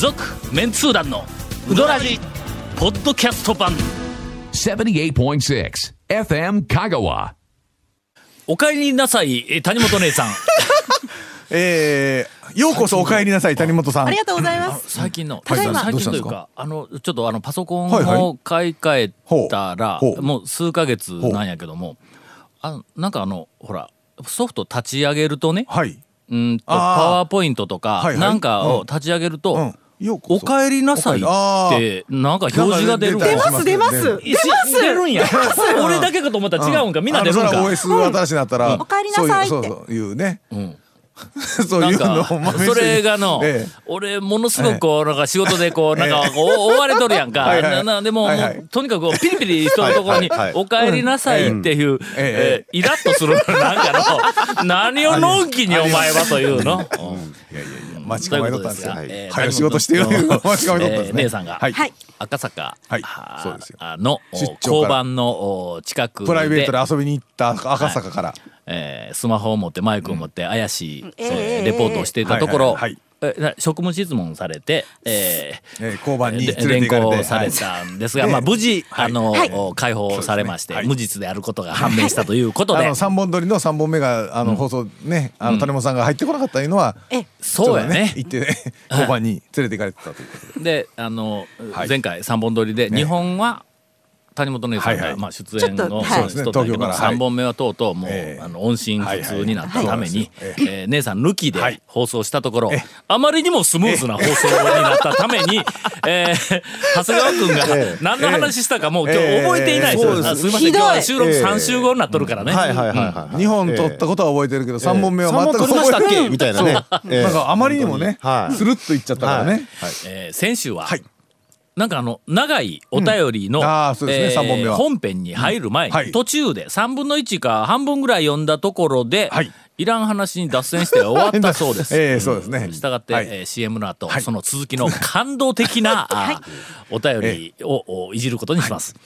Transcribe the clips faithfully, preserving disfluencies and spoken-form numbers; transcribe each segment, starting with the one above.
続メンツー団のウドラジポッドキャスト版ななじゅうはちてんろく エフエム 香川。 お帰りなさいえ谷本姉さんえー、ようこそお帰りなさい谷本さん。 ありがとうございます。 最近のただいま最近というどうしたんですかあのちょっとあのパソコンはいはいを買い替えたら、 ほうほうもう数ヶ月なんやけども、あのなんかあのほらソフト立ち上げるとね、 はい。 うんとパあーワーポイントとかはいはいなんかを立ち上げると、 うん。ようこおそ。 帰りなさいってなんか表示が出るんなんか出ます出ます出えし出るんや俺だけかと思ったら違うんか、みんな出るんか。 あのそれは オーエス 新しいなったら、 お帰りなさいってそういうそうそういうね。 うんそうないんかうのを豆それがの、 ええ俺ものすごくこうなんか仕事でこうなんかこう追われとるやんか、 はいはいななでも、 はいはいもうとにかくこうピリピリしとるところに「お帰りなさい」っていう、 えええーイラッとするなんかの何をのんきにお前はというの。うんいやいやいや待ち構えとったんですよ。 ということですがえー早仕事してよ。待ち構えとったんですえーね。 姉さんがはい。 はい。 赤坂、 はいあそうですよあの出張から交番のお近くでプライベートで遊びに行った赤坂から。 えースマホを持ってマイクを持って怪しい、 えええーレポートをしていたところ、 はいはいはいえな職務質問されて、えーえー交番にで連連れて行かれて。 行されたんですが、 はいまあ、無事、 はいあの、 はい解放されまして、 そうですねはい無実であることが判明したということであの三本撮りの三本目があの放送ね、あの谷本さんが入ってこなかったいうのは、 えそうやねちょっと行ってね交番に連れて行かれてたということで。 であの、 はい前回さんぼん撮りでねにほんは谷本姉さんが、 はいはいまあ、出演のちょっとはいそうしとったんだけど、 東京からはいさんぼんめはとうとうもう、 ええあの音信不通になったために、 はいはいえー姉さん抜きではい放送したところ、 ええあまりにもスムーズな放送になったために、えー長谷川君が何の話したかもう今日覚えていないですよ、 ええあすいませんひどい今日は収録ええさん週後になっとるからね、 はいはいはいはい。 二本撮ったことは覚えてるけど三本目は全く三本撮りましたっ覚えてないけみたいなね。ええなんかあまりにもねはいスルッといっちゃったからね。はいえー先週は、 はいなんかあの長いお便りの、 うんあーそうですねさんぼんめは本編に入る前に、 うんはい途中でさんぶんのいちか半分ぐらい読んだところで、 はいいらん話に脱線して終わったそうです。 ええそうですね。 したがって、 はいえー シーエム の後、 はいその続きの感動的な、あーお便りを、おいじることにします。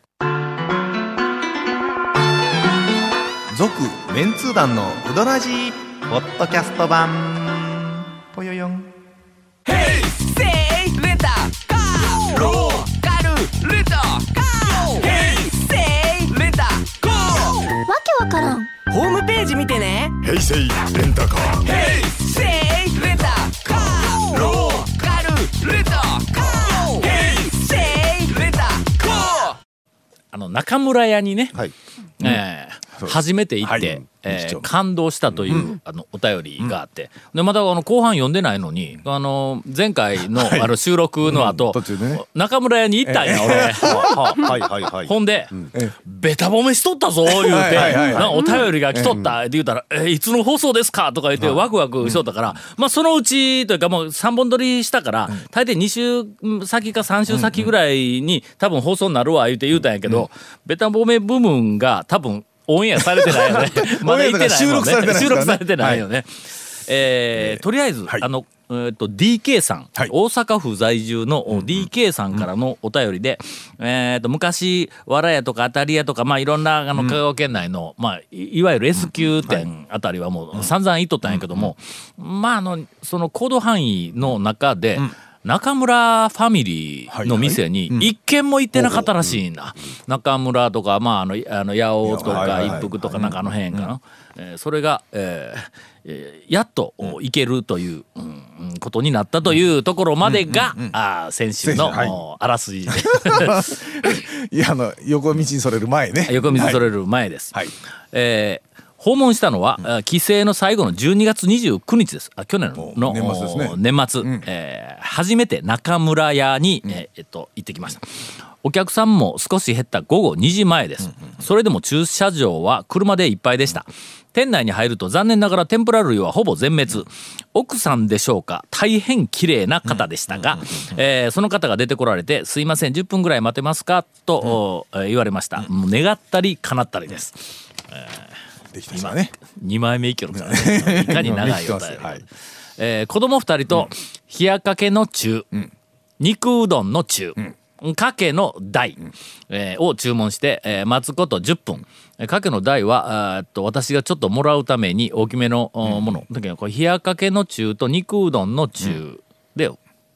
続メンツー団のウドラジーポッドキャスト版ぽよよん。 わけわからん。 ホームページ見てね。 平成レンタカーヘイセイレンタカーローカルレンタカーヘイセイレンタカー。 あの中村屋にね、 はい。 えー初めて行って、 はいえー日曜感動したという、あのお便りがあって、でまたあの後半読んでないのにあの前回の,、あの収録の後、 うん途中でね中村屋に行ったんや、俺。 はいはいはい。 ほんで、 えベタ褒めしとったぞ言うて、 はいはいはいなんかお便りが来とったって言うたら、えいつの放送ですかとか言ってワクワクしとったから、まあそのうちというかもうさんぼん撮りしたから、大抵に週先かさん週先ぐらいに多分放送になるわ言うて言うたんやけど、ベタ褒め部分が多分オンエアされてないよね。まだ言ってないもんね。 収録されてないですからね収録されてないよね。えーとりあえず、 はいあの、えー、と ディーケー さん、 はい大阪府在住の ディーケー さんからのお便りで、えー、と昔わらやとかあたりやとか、まあ、いろんなあの香川県内の、まあ、いいわゆる S 級店あたりはもう散々行っとったんやけども、まああのその行動範囲の中で、中村ファミリーの店に一軒も行ってなかったらしいんだ。中村とか、まあ、あのあの八尾とかはいはいはい一服とかなんかあの辺かな、えーそれが、えーえーやっと行けるという、うんうんことになったというところまでが、あー先週の、 先週はいおあらすじでいやあの横道にそれる前ね。 横水それる前です。 はい。 えー訪問したのは、あ帰省の最後のじゅうにがつにじゅうくにちです。あ去年のお年末ですねお年末、えー初めて中村屋に、えーえっと、行ってきました。お客さんも少し減ったごごにじまえです。それでも駐車場は車でいっぱいでした。店内に入ると残念ながら天ぷら類はほぼ全滅。奥さんでしょうか、大変綺麗な方でしたが、えーその方が出てこられて、すいませんじゅっぷんぐらい待てますかと、おえー言われました。もう願ったり叶ったりです。 できた人ね。 にまいめいきよるからね。いかに長いお便り、 はいえー子供ふたりと冷やかけの中、肉うどんの中、かけの大、えーを注文して、えー待つことじゅっぷん。えーかけの大はあーっと私がちょっともらうために大きめのおもの、だけどこれ冷やかけの中と肉うどんの中で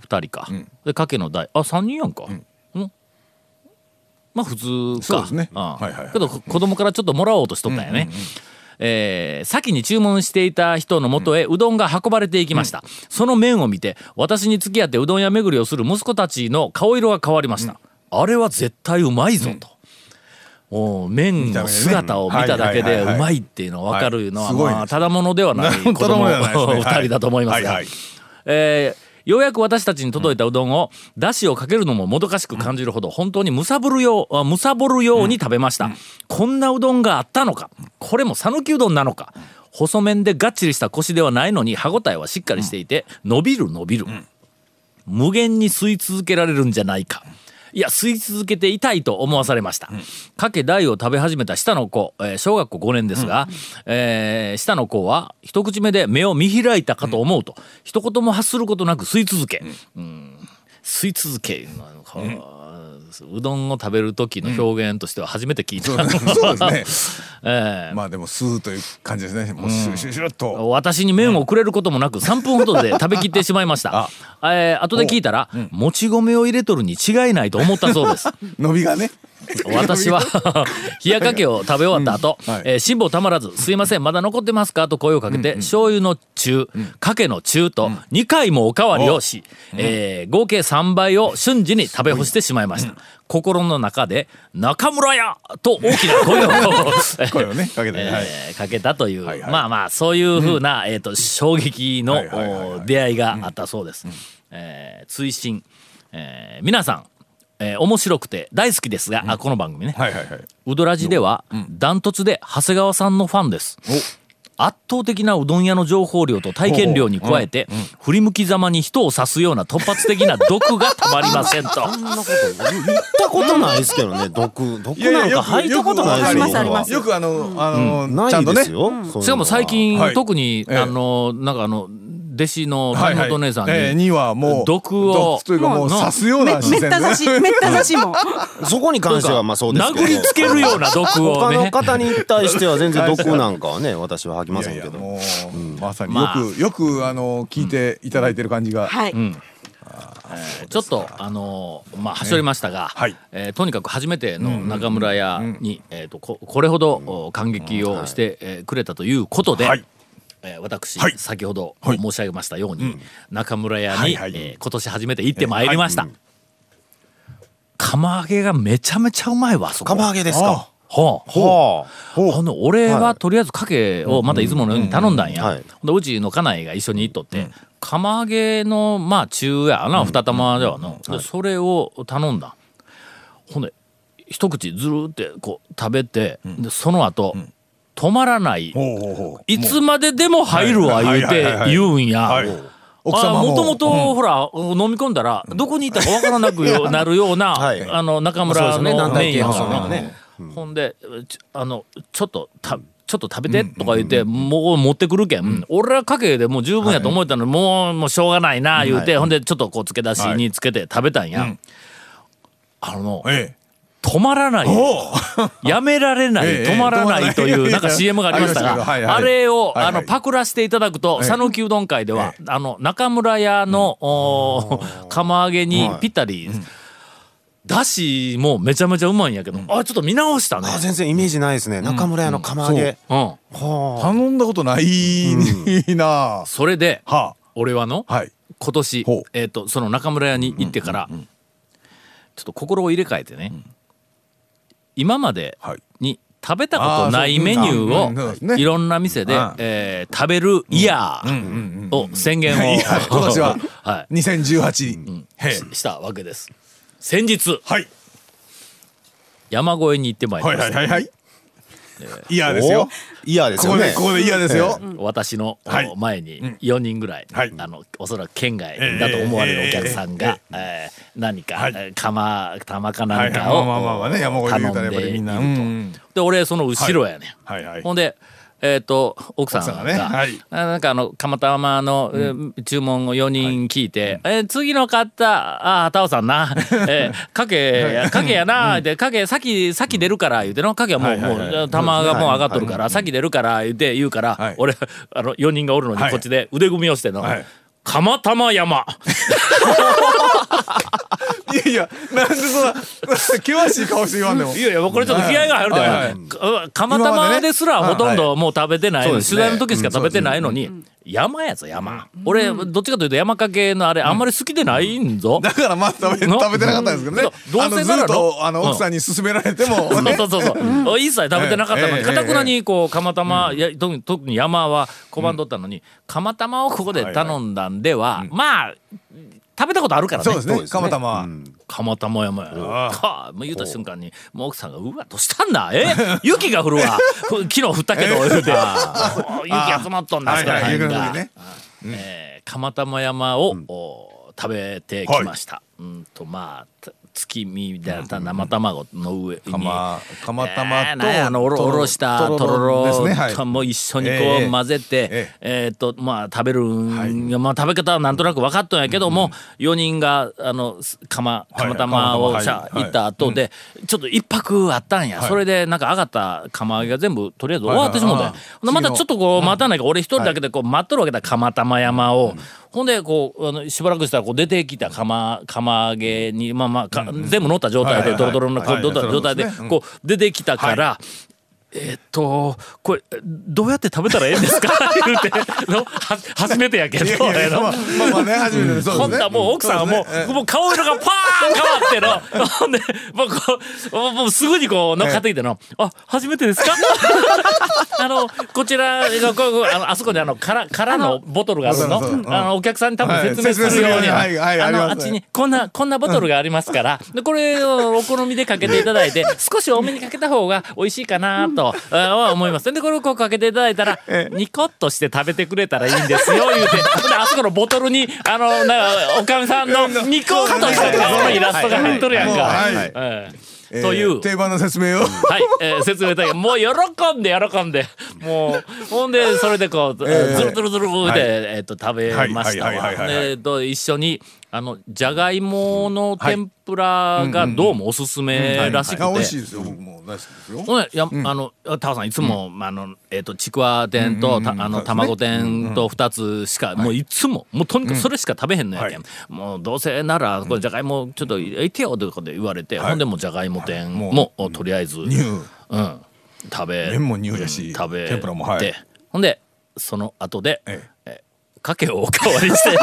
ふたりか、でかけの代あさんにんやんか、うんまあ普通かそうですねうんはいはいはいけど子供からちょっともらおうとしとったんやね、えー先に注文していた人のもとへうどんが運ばれていきました、その麺を見て私に付き合ってうどん屋巡りをする息子たちの顔色が変わりました、あれは絶対うまいぞと、もう麺の姿を見ただけでうまいっていうのが分かるのは、まあただものではない子供ふたりだと思いますが、えーようやく私たちに届いたうどんをだしをかけるのももどかしく感じるほど本当にむさぼるようむさぼるように食べました、こんなうどんがあったのか、これも讃岐うどんなのか、細麺でがっちりしたコシではないのに歯ごたえはしっかりしていて伸びる伸びる、無限に吸い続けられるんじゃないか、いや吸い続けていたいと思わされました、かけ大を食べ始めた下の子、えー小学校ごねんですが、えー下の子は一口目で目を見開いたかと思うと、一言も発することなく吸い続け、うん吸い続けなんか、うどんを食べる時の表現としては初めて聞いた、 そうですねえーまあでもスーという感じですね。もうシュシュシュッと私に麺をくれることもなくさんぷんほどで食べきってしまいましたえー後で聞いたら、もち米を入れとるに違いないと思ったそうです伸びがね。 私は冷やかけを食べ終わった後、 うんはいえー辛抱たまらず「すいませんまだ残ってますか?」と声をかけて、醤油の中、かけの中とにかいもおかわりをし、えー合計さんばいを瞬時に食べ干してしまいました、心の中で「中村屋!」と大きな声を声をねかけてねはいえーかけたという、 はいはいまあまあそういうふうな、えー、と衝撃の、 はいはいはいはいお出会いがあったそうです、えー追伸、えー皆さんえー面白くて大好きですが、あこの番組ね、 はいはいはい。 うどらじではダントツで長谷川さんのファンです。圧倒的なうどん屋の情報量と体験量に加えて、振り向きざまに人を刺すような突発的な毒がたまりませんと。 そんなこと言ったことないですけどね。毒毒なんか吐いたことないですよ。 ありますありますよくあのあのちゃんとねないです。よ。そういうのはしかも最近、 はい特に、 ええあのなんかあの弟子の谷本姉さんに、 はいはいえーにはもう毒を毒というかもう刺すようめめっな視線た刺しめった刺しもそこに関してはまあそうですけど。 殴りつけるような毒を他のね。 方に対しては全然毒なんかはね私は吐きませんけど。 いやいやもうまさにまあよくよくあの聞いていただいてる感じが。 はい、 ちょっとあのまあはしょりましたが、 はいえーとにかく初めての中村屋に、えー、とここれほどお感激をして、えーくれたということで、 はいえー私、 はい先ほどはい申し上げましたように、中村屋に、 はいはいえー今年初めて行ってまいりました、釜揚げがめちゃめちゃうまいわあそこ釜揚げですか。 ほうはあ。 あの俺はとりあえずかけをまたいつものように頼んだんや、 うんうんうんでうちの家内が一緒に行っとって、釜揚げのまあ中やな二玉ではの、でそれを頼んだほんで一口ずるーってこう食べて、でその後、止まらないほうほうほういつまででも入るわはい言うてはいはいはい言うんや。 はい奥様ももともとほら飲み込んだらどこにいたかわからなくなるようなはいあの中村そうですねの軟体系の麺やからそうねほんでちょあのちょっとたちょっと食べてとか言ってもう持ってくるけん俺らかけでもう十分やと思えたのにもうもうしょうがないな言うてほんでちょっとこう漬け出しにつけて食べたんや。あのえ止まらないやめられない、 ええ止まらないというええなんか シーエム がありましたありましたけどはいが、 はいあれをはいはいあのパクらせていただくとええ讃岐うどん会ではあの中村屋のお釜揚げにぴったりだしもめちゃめちゃうまいんやけど、あちょっと見直したね。 あ全然イメージないですね。中村屋の釜揚げ。 うん、 はえ頼んだことないな。 それでは俺はのあはい今年ほうえっとその中村屋に行ってからちょっと心を入れ替えてね、今まではいに食べたことないメニュあーそううんそうですねーをいろんな店で、 うんえー食べるイヤーを宣言を、 いや今年ははにせんじゅうはちへえい、ししたわけです。先日はい山越えに行ってまいりはいました、 はいはいはい。いやい。 ですよ。 嫌ですよねここでこ。こで嫌ですよ。 私のはい前によにんぐらい、 はいあのおそらく県外だと思われるお客さんが、えー何か、 はいえー釜玉かはいはい何かをまあまあまあね山越えで言うたらやっぱりみんな。 頼んでいるとうんで俺その後ろやねん、 はいはい。 ほんでえっ、と奥さんが奥さんがねはいあなんかあの釜玉の、えー注文をよにん聞いて、えー次の方ああタオさんな、えー、かけかけやな、でかけ先先出るから言うてのかけはもう、 はいはいはいもう玉がもう上がっとるから、先出るから言うて言うから、 はい俺あのよにんがおるのにはいこっちで腕組みをしての、 はい釜玉山いやいや、なんでそんな険しい顔して言わんでも。 いやいやこれちょっと気合が入るで、 はいはいか釜玉ですらほとんどもう食べてない、 はいはい取材の時しか食べてないのに、山やぞ山、俺どっちかというと山かけのあれあんまり好きでないんぞ、 だからまあ食べ食べてなかったんですけどね。 どうあのずせならっとあの奥さんに勧められてもね。 そうそうそうそう一切食べてなかったのにかたくなにこう釜玉、や特に特に山は拒んどったのに、釜玉をここで頼んだんでは、まあ食べたことあるからね。 そうですね。釜玉は。 釜玉山やかもう言うた瞬間にもう奥さんが「うわどうしたんだえ雪が降るわふ昨日降ったけど」言うて「雪集まっとんだ」しかないんだ。えー釜玉山を、お食べてきました。うんとまあ月見みたいな生卵の上に釜釜え玉ーなんやあのおろおろしたとろろとも一緒にこう混ぜてええーっとまあ食べるんまあ食べ方はなんとなく分かっとんやけどもよにんがあの釜釜玉をはいさはい行った後でちょっと一泊あったんやそれでなんか上がった釜揚げが全部とりあえず終わってしもうたんやほんでまたちょっとこう待たないから俺一人だけでこう待っとるわけだ釜玉山をほんでこうあのしばらくしたらこう出てきた釜釜揚げにまあまあか全部乗った状態でドロドロのこう乗った状態でこう出てきたからえっとこれどうやって食べたらええんですか言うてのは初めてやけどまあまあね初めてです。 ほんなもう奥さんはもうもう顔色がパーン変わってのほんでもうこうもうすぐにこう乗っかってきてのあ初めてですかあのこちらがこうあのあそこにあの空空のボトルがあるのあのお客さんに多分説明するようにあのあっちにこんなこんなボトルがありますからでこれをお好みでかけていただいて少し多めにかけた方が美味しいかなとは思います。でこれをこうかけていただいたらニコッとして食べてくれたらいいんですよ言うてであそこのボトルにあのなんかおかみさんのニコッとした顔のイラストが入っとるやんか。という定番の説明をはい、えー、説明だけもう喜んで喜んでもうほんでそれでこう、えー、ズルズルズルで、えー、と食べましたわ。でと一緒にあのじゃがいもの天ぷらがどうもおすすめらしくて、 美味しいですよ僕も大好きですよ。 ほんでいや、うん、あのタオさんいつも、うん、あのえっ、ー、とちくわ天と、うんうん、あの卵天とふたつしか、うん、もういつももうとにかくそれしか食べへんのやけん、うん、もうどうせならこれじゃがいもちょっと入れてよということで言われて、はい、ほんでもじゃがいも天も、はい、とりあえず、うん、食べ麺も乳やし食べ天ぷらも、はい、 ほんでその後で、ええ、かけをおかわりして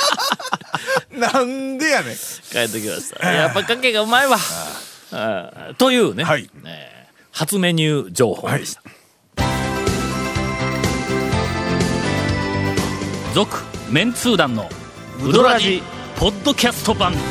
なんでやねん帰ってきました。やっぱかけがうまいわあというね、はいえー、初メニュー情報でした。続、はい、メンツー団のウドラジポッドキャスト版。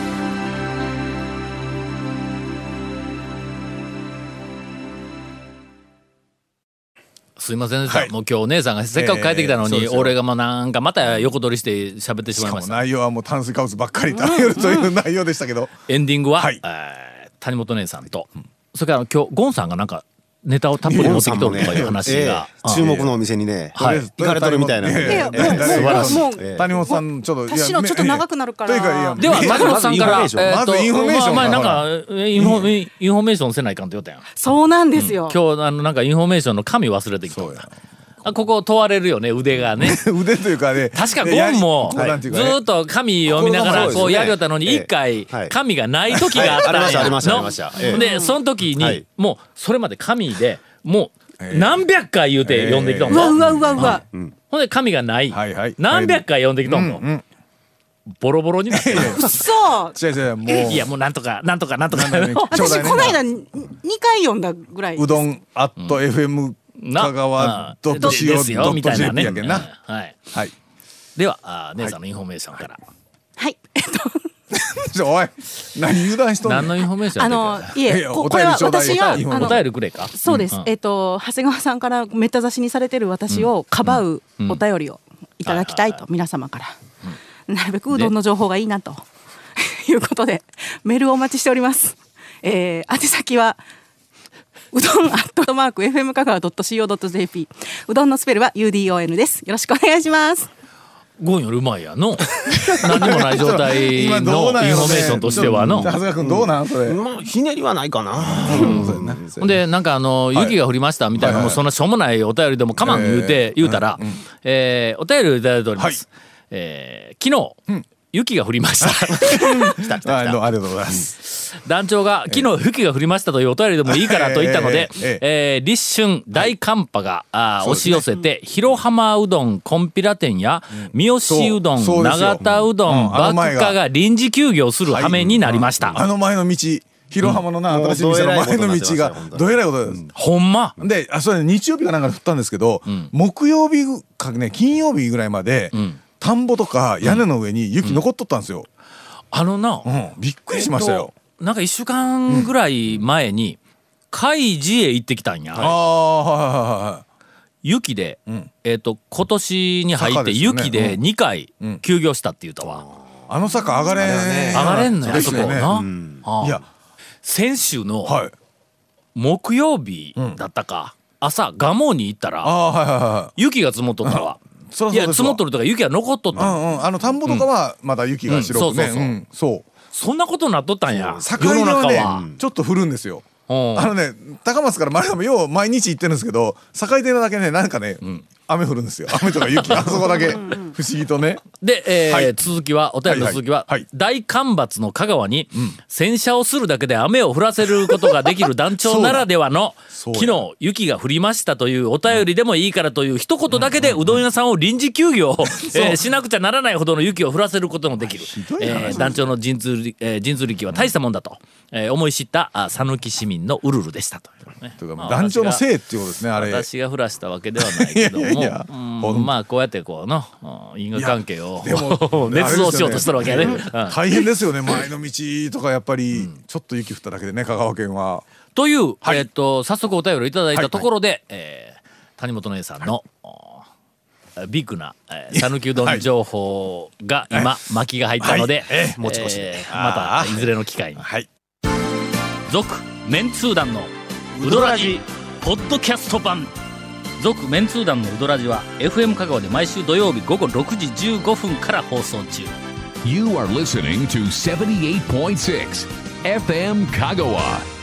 すいませんでした、はい、もう今日お姉さんがせっかく帰ってきたのに、えー、俺がまあなんかまた横取りして喋ってしまいました。 しかも内容はもう炭水化物ばっかり食べるという内容でしたけどエンディングは、はいえー、谷本姉さんと、うん、それから今日ゴンさんがなんかネタをたっぷり持ってきとるとかいう話が、 えー、注目のお店にね、はい、行かれとるみたいなので、 えー、素晴らしい、えー、谷本さんちょっと私のちょっと長くなるからでは谷本さんからまずインフォメーションまあなんかインフォインフォメーションせないかんって言ったやん。 そうなんですよ、 うん、今日あのなんかインフォメーションの紙忘れてきたんだ。あここ問われるよね腕がね腕というかね確かゴンもずっと紙読みながらこうやりよったのに一回紙がない時があったんやありましたありましたでその時にもうそれまで紙でもう何百回言うて読んできとんの。 うわうわうわうわほんで紙がない何百回読んできとんのボロボロになってる。 そう違う違うもういやもうなんとかなんとかなんとか私この間にかい読んだぐらい。 うどんアット エフエム香川ドットシーオードットジェーピーやけんな。 はいはいではあ姉さんのインフォメーションからはいえっとおい何油断しとんの。 何のインフォメーションあのいえこれは私がお便りくれか。 そうですえっと長谷川さんからめった刺しにされてる私をかばうお便りをいただきたいと皆様からなるべくうどんの情報がいいなということでメールをお待ちしております。えー、宛先はうどんアットマーク エフエム 香川 .co.jp うどんのスペルは ユーディーオーエヌ です。よろしくお願いします。 ゴンよりうまいやの何にもない状態のインフォメーションとしてはの長谷川君どうなんそれ、 まあ、ひねりはないかな。 ほんでなんかあの雪が降りましたみたいなもうそんなしょうもないお便りでもかまん言うて言うたらえお便りをいただいております。 えー、昨日、うん、雪が降りました来た来た来た。 あのありがとうございます。 団長が昨日雪が降りましたというお便りでもいいからと言ったので、えーえーえー、立春大寒波が、はい、押し寄せて、ね、広浜うどんこんぴら店や、うん、三好うどん長田うどん、うん、バッカが臨時休業する羽目になりました、 はい、あの前の道広浜のな、うん、新しい店の前の道がどえらいことです、うん、 ほんまで、あ、それ日曜日かなんかで降ったんですけど、うん、木曜日かね金曜日ぐらいまで、うん、田んぼとか屋根の上に雪残っとったんですよ、うん、 あのな、 うん、びっくりしましたよ、 えっと、なんかいっしゅうかんぐらい前に海寺へ行ってきたんや、 ああ、はいはいはい、 雪で、うん、えっと今年に入って雪でにかい休業したって言うたわ、うんうん、 あの坂上がれん、 ね、上がれんのやそこな、 うん、いや先週の木曜日だったか、うん、朝蒲生に行ったら、はいはいはい、雪が積もっとったわ、うん、いや積もっとるとか雪が残っとった、 うんうん、あの田んぼとかはまだ雪が白くね、うんうん、そうそうそう、 そんなことになっとったんや。 境目はねちょっと降るんですよ、うん、あのね高松から丸山よう毎日行ってるんですけど境出だけねなんかね、うん、雨降るんですよ、雨とか雪あそこだけ不思議とね。 で、えーはい、続きはお便りの続きは、はいはいはい、大干ばつの香川に、うん、洗車をするだけで雨を降らせることができる団長ならではの昨日雪が降りましたというお便りでもいいからという一言だけでうどん屋さんを臨時休業、えー、しなくちゃならないほどの雪を降らせることのできる、えー、団長の神通、えー、神通力は大したもんだと、えー、思い知った讃岐市民のウルルでしたというね。 というかもう団長のせいっていうことですね。あれ私が降らしたわけではないけどもいやいや、うん、まあこうやってこうの因果関係を捏造しようとしてるわけやね。 大変ですよね、前の道とかやっぱりちょっと雪降っただけでね、香川県は。 という、はい、えー、と早速お便りをいただいたところで、はいはい、えー、谷本姉さんの、はい、ビッグな讃岐、えー、うどん情報が今、はい、巻きが入ったので、はい、えー、持ち越しで、えー、またいずれの機会に。続、はい、メンツー団のうどらじポッドキャスト版。続メンツー団のうどらじは エフエム 香川で毎週土曜日午後ろくじじゅうごふんから放送中。 You are listening to seventy-eight point six エフエム 香川。